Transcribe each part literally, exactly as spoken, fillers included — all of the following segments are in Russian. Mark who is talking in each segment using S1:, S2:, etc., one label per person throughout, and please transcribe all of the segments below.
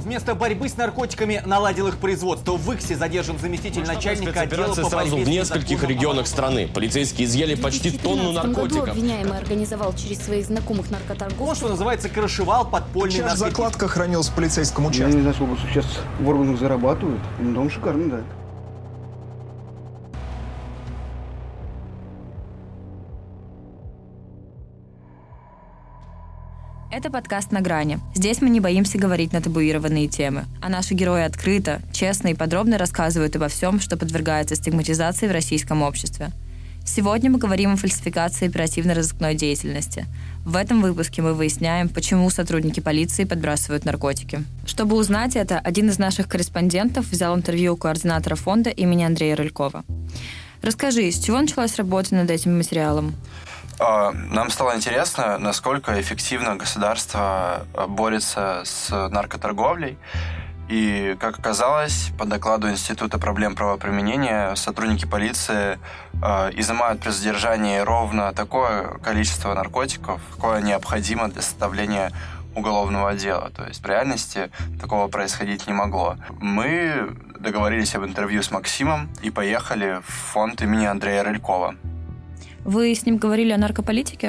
S1: вместо борьбы с наркотиками наладил их производство. В Иксе задержан заместитель начальника отдела по борьбе
S2: сразу в нескольких регионах страны. Полицейские изъяли почти тонну наркотиков.
S3: Году обвиняемый организовал через своих знакомых наркоторговцев.
S1: Он, что называется, крышевал подпольный наркотик.
S4: Закладка хранилась в полицейском участке.
S5: Я не знаю, сколько сейчас в органах зарабатывают. Дом шикарный, да.
S6: Это подкаст «На грани». Здесь мы не боимся говорить на табуированные темы. А наши герои открыто, честно и подробно рассказывают обо всем, что подвергается стигматизации в российском обществе. Сегодня мы говорим о фальсификации оперативно-розыскной деятельности. В этом выпуске мы выясняем, почему сотрудники полиции подбрасывают наркотики. Чтобы узнать это, один из наших корреспондентов взял интервью у координатора фонда имени Андрея Рылькова. Расскажи, с чего началась работа над этим материалом?
S7: Нам стало интересно, насколько эффективно государство борется с наркоторговлей. И, как оказалось, по докладу Института проблем правоприменения, сотрудники полиции изымают при задержании ровно такое количество наркотиков, какое необходимо для составления уголовного дела. То есть в реальности такого происходить не могло. Мы договорились об интервью с Максимом и поехали в фонд имени Андрея Рылькова.
S6: Вы с ним говорили о наркополитике?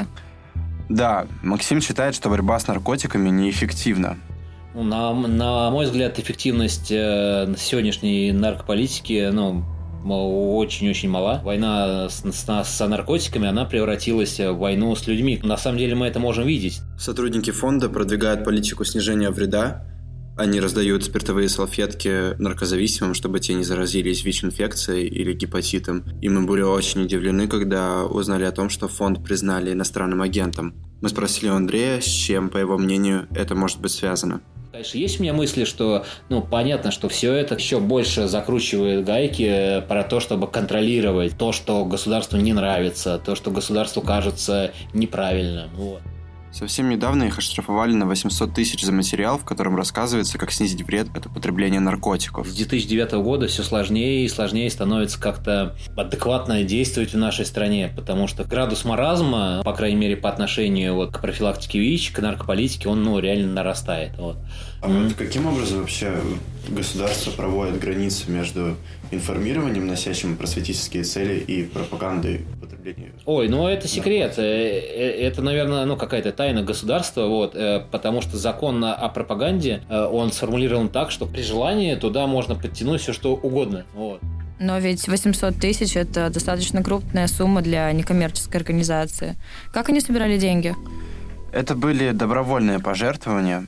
S7: Да, Максим считает, что борьба с наркотиками неэффективна.
S8: На, на мой взгляд, эффективность э, сегодняшней наркополитики, ну, очень-очень мала. Война с, с, с наркотиками, она превратилась в войну с людьми. На самом деле мы это можем видеть.
S7: Сотрудники фонда продвигают политику снижения вреда. Они раздают спиртовые салфетки наркозависимым, чтобы те не заразились ВИЧ-инфекцией или гепатитом. И мы были очень удивлены, когда узнали о том, что фонд признали иностранным агентом. Мы спросили у Андрея, с чем, по его мнению, это может быть связано.
S8: Конечно, есть у меня мысли, что, ну, понятно, что все это еще больше закручивает гайки про то, чтобы контролировать то, что государству не нравится, то, что государству кажется неправильным. Вот.
S7: Совсем недавно их оштрафовали на восемьсот тысяч за материал, в котором рассказывается, как снизить вред от употребления наркотиков.
S8: С две тысячи девятого года все сложнее и сложнее становится как-то адекватно действовать в нашей стране, потому что градус маразма, по крайней мере, по отношению вот к профилактике ВИЧ, к наркополитике, он, ну, реально нарастает. Вот.
S7: А вот каким образом вообще государство проводит границу между информированием, носящим просветительские цели, и пропагандой потребления?
S8: Ой, ну это секрет. Это, наверное, ну, какая-то тайна государства, вот, потому что закон о пропаганде, он сформулирован так, что при желании туда можно подтянуть все, что угодно. Вот.
S6: Но ведь восемьсот тысяч – это достаточно крупная сумма для некоммерческой организации. Как они собирали деньги?
S7: Это были добровольные пожертвования.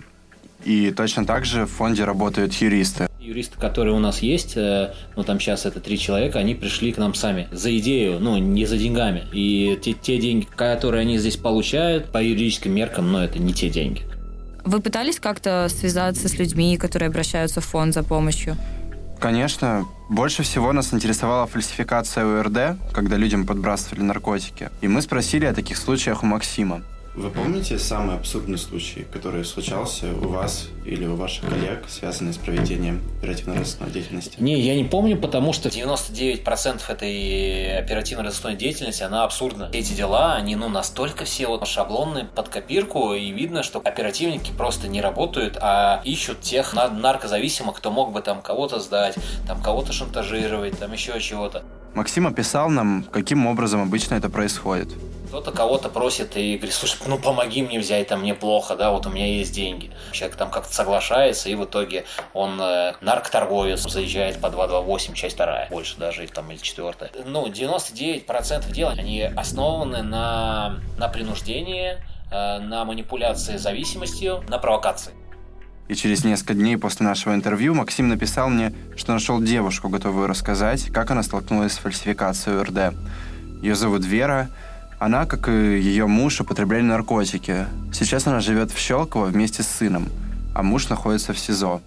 S7: И точно так же в фонде работают юристы.
S8: Юристы, которые у нас есть, ну там сейчас это три человека, они пришли к нам сами за идею, ну не за деньгами. И те, те деньги, которые они здесь получают, по юридическим меркам, ну это не те деньги.
S6: Вы пытались как-то связаться с людьми, которые обращаются в фонд за помощью?
S7: Конечно. Больше всего нас интересовала фальсификация УРД, когда людям подбрасывали наркотики. И мы спросили о таких случаях у Максима. Вы помните самый абсурдный случай, который случался у вас или у ваших коллег, связанный с проведением оперативно-розыскной деятельности?
S8: Не, я не помню, потому что девяносто девять процентов этой оперативно-розыскной деятельности, она абсурдна. Эти дела, они ну настолько все вот шаблонные под копирку, и видно, что оперативники просто не работают, а ищут тех наркозависимых, кто мог бы там кого-то сдать, там кого-то шантажировать, там еще чего-то.
S7: Максим описал нам, каким образом обычно это происходит.
S8: Кто-то кого-то просит и говорит: слушай, ну помоги мне взять, там мне плохо, да, вот у меня есть деньги. Человек там как-то соглашается, и в итоге он э, наркоторговец, заезжает по два двадцать восемь, часть вторая, больше даже, их там или четвертая. Ну, девяносто девять процентов дел, они основаны на, на принуждении, э, на манипуляции зависимостью, на провокации.
S7: И через несколько дней после нашего интервью Максим написал мне, что нашел девушку, готовую рассказать, как она столкнулась с фальсификацией УРД. Ее зовут Вера. Она, как и ее муж, употребляли наркотики. Сейчас она живет в Щелково вместе с сыном, а муж находится в СИЗО.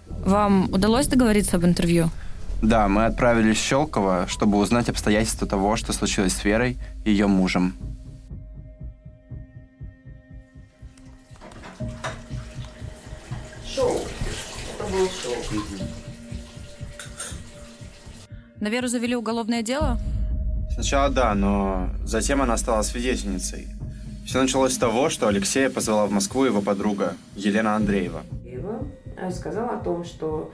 S6: Вам удалось договориться об интервью?
S7: Да, мы отправились в Щелково, чтобы узнать обстоятельства того, что случилось с Верой и ее мужем.
S9: Шоу. Это было шоу.
S6: На Веру завели уголовное дело?
S7: Сначала да, но затем она стала свидетельницей. Все началось с того, что Алексея позвала в Москву его подруга Елена Андреева.
S9: Ева, сказал о том, что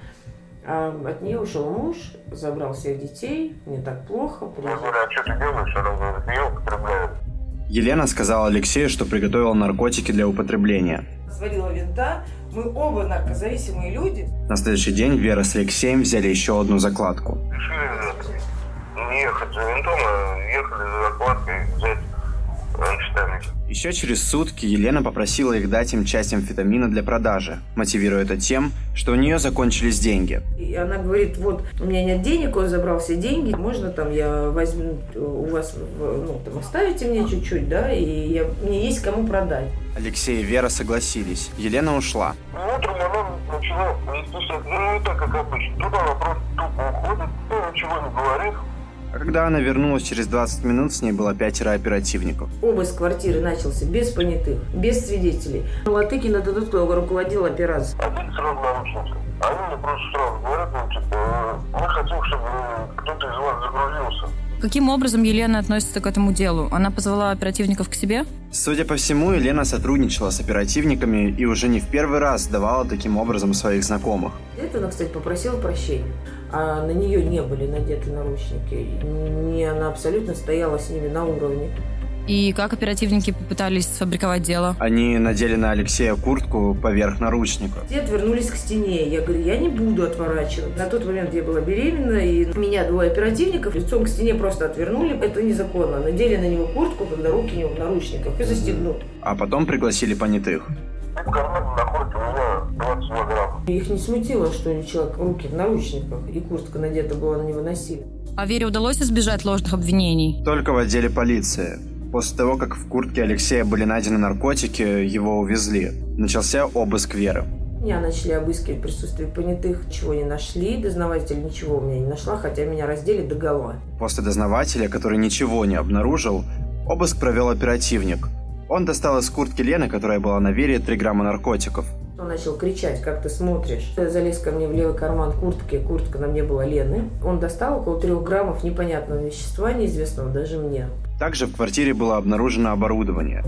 S9: от нее ушел муж, забрал всех детей, мне так плохо.
S10: Я говорю, а что ты делаешь? Она говорит, я употребляю.
S7: Елена сказала Алексею, что приготовила наркотики для употребления.
S9: Сварила винта, мы оба наркозависимые люди.
S7: На следующий день Вера с Алексеем взяли еще одну закладку.
S10: Решили не ехать за винтом, а ехали за закладкой взять амфетамин.
S7: Еще через сутки Елена попросила их дать им часть амфетамина для продажи, мотивируя это тем, что у нее закончились деньги.
S9: И она говорит, вот у меня нет денег, он забрал все деньги, можно там я возьму у вас, ну там оставите мне чуть-чуть, да, и я, мне есть кому продать.
S7: Алексей и Вера согласились. Елена ушла.
S10: Утром она начала вести себя, ну не так, как обычно. Тут она просто тупо уходит, ну, ничего не говорит.
S7: А когда она вернулась через двадцать минут, с ней было пятеро оперативников.
S9: Обыск квартиры начался без понятых, без свидетелей. Латыкин, это тот, кто руководил операцией.
S10: Один сразу наручники. Они мне просто сразу говорят, ну, типа, мы хотим, чтобы кто-то из вас загрузился.
S6: Каким образом Елена относится к этому делу? Она позвала оперативников к себе?
S7: Судя по всему, Елена сотрудничала с оперативниками и уже не в первый раз давала таким образом своих знакомых.
S9: Это она, кстати, попросила прощения. А на нее не были надеты наручники. Не, она абсолютно стояла с ними на уровне.
S6: И как оперативники попытались сфабриковать дело?
S7: Они надели на Алексея куртку поверх наручников.
S9: Все отвернулись к стене. Я говорю, я не буду отворачивать. На тот момент я была беременна, и меня двое оперативников лицом к стене просто отвернули. Это незаконно. Надели на него куртку, когда руки у него в наручниках, и застегнут.
S7: А потом пригласили понятых.
S10: В кармане находится у меня двадцать два грамма.
S9: Их не смутило, что у человека руки в наручниках, и куртка надета была на него насилие.
S6: А Вере удалось избежать ложных обвинений?
S7: Только в отделе полиции. После того, как в куртке Алексея были найдены наркотики, его увезли. Начался обыск Веры.
S9: Меня начали обыскивать в присутствии понятых, чего не нашли. Дознаватель ничего у меня не нашла, хотя меня раздели догола.
S7: После дознавателя, который ничего не обнаружил, обыск провел оперативник. Он достал из куртки Лены, которая была на Вере, три грамма наркотиков.
S9: Он начал кричать, как ты смотришь. Залез ко мне в левый карман куртки, куртка на мне была Лены. Он достал около трех граммов непонятного вещества, неизвестного даже мне.
S7: Также в квартире было обнаружено оборудование.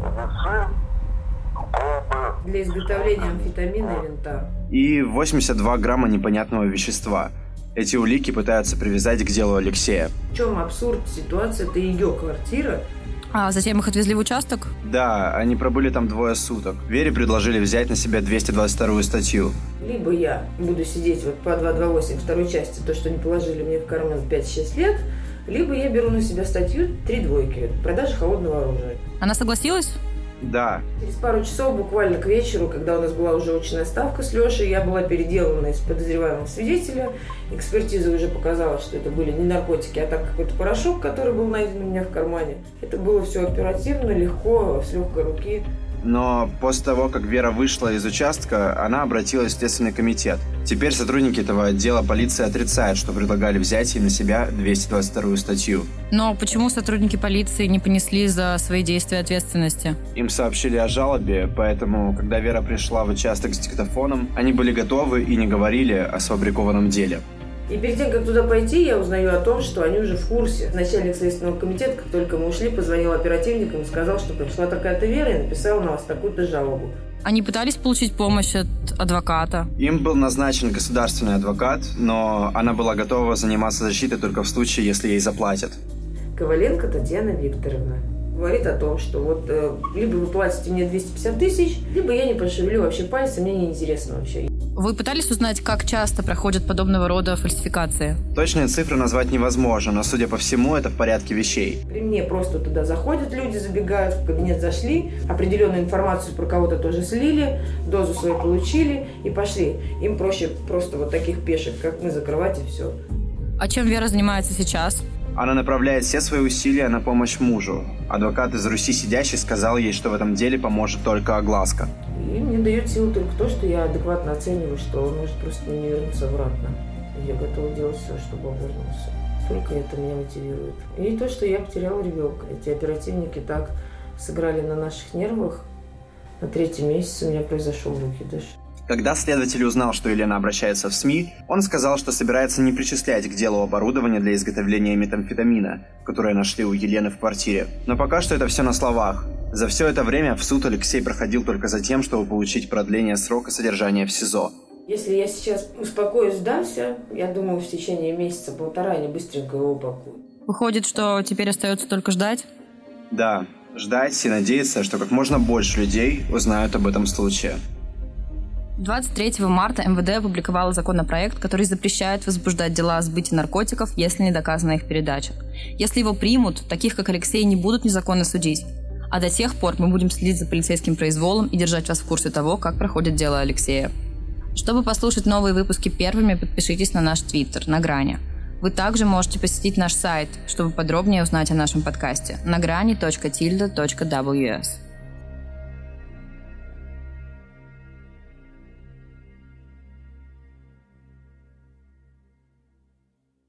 S9: Для изготовления амфетамина и винта.
S7: И восемьдесят два грамма непонятного вещества. Эти улики пытаются привязать к делу Алексея.
S9: В чем абсурд ситуации? Это ее квартира.
S6: А затем их отвезли в участок?
S7: Да, они пробыли там двое суток. Вере предложили взять на себя двести двадцать вторую статью.
S9: Либо я буду сидеть вот по двести двадцать восемь второй части, то, что они положили мне в карман пять-шесть лет, либо я беру на себя статью три двойки, продажа холодного оружия.
S6: Она согласилась?
S7: Да.
S9: Через пару часов, буквально к вечеру, когда у нас была уже очная ставка с Лешей, я была переделана из подозреваемого свидетеля. Экспертиза уже показала, что это были не наркотики, а так какой-то порошок, который был найден у меня в кармане. Это было все оперативно, легко, с легкой руки.
S7: Но после того, как Вера вышла из участка, она обратилась в Следственный комитет. Теперь сотрудники этого отдела полиции отрицают, что предлагали взять ей на себя двести двадцать вторую статью.
S6: Но почему сотрудники полиции не понесли за свои действия ответственности?
S7: Им сообщили о жалобе, поэтому, когда Вера пришла в участок с диктофоном, они были готовы и не говорили о сфабрикованном деле.
S9: И перед тем, как туда пойти, я узнаю о том, что они уже в курсе. Начальник Следственного комитета, как только мы ушли, позвонил оперативникам и сказал, что пришла такая-то Вера и написала на вас такую-то жалобу.
S6: Они пытались получить помощь от адвоката?
S7: Им был назначен государственный адвокат, но она была готова заниматься защитой только в случае, если ей заплатят.
S9: Коваленко Татьяна Викторовна говорит о том, что вот э, либо вы платите мне двести пятьдесят тысяч, либо я не пошевелю вообще пальцем, мне неинтересно вообще.
S6: Вы пытались узнать, как часто проходят подобного рода фальсификации?
S7: Точные цифры назвать невозможно, но, судя по всему, это в порядке вещей.
S9: При мне просто туда заходят люди, забегают, в кабинет зашли, определенную информацию про кого-то тоже слили, дозу свою получили и пошли. Им проще просто вот таких пешек, как мы, закрывать и все.
S6: А чем Вера занимается сейчас?
S7: Она направляет все свои усилия на помощь мужу. Адвокат из Руси сидящий сказал ей, что в этом деле поможет только огласка.
S9: И мне дает силу только то, что я адекватно оцениваю, что он может просто не вернуться обратно. Я готова делать все, чтобы он вернулся. Только это меня мотивирует. И то, что я потеряла ребенка. Эти оперативники так сыграли на наших нервах. На третьем месяце у меня произошел выкидыш.
S7: Когда следователь узнал, что Елена обращается в СМИ, он сказал, что собирается не причислять к делу оборудование для изготовления метамфетамина, которое нашли у Елены в квартире. Но пока что это все на словах. За все это время в суд Алексей проходил только за тем, чтобы получить продление срока содержания в СИЗО.
S9: Если я сейчас успокоюсь, сдамся, я думаю, в течение месяца-полтора они быстренько его упакуют.
S6: Выходит, что теперь остается только ждать?
S7: Да, ждать и надеяться, что как можно больше людей узнают об этом случае.
S6: двадцать третьего марта эм вэ дэ опубликовало законопроект, который запрещает возбуждать дела о сбытии наркотиков, если не доказана их передача. Если его примут, таких как Алексей не будут незаконно судить. А до тех пор мы будем следить за полицейским произволом и держать вас в курсе того, как проходит дело Алексея. Чтобы послушать новые выпуски первыми, подпишитесь на наш твиттер «На грани». Вы также можете посетить наш сайт, чтобы подробнее узнать о нашем подкасте на грани точка тильда точка дабл ю эс.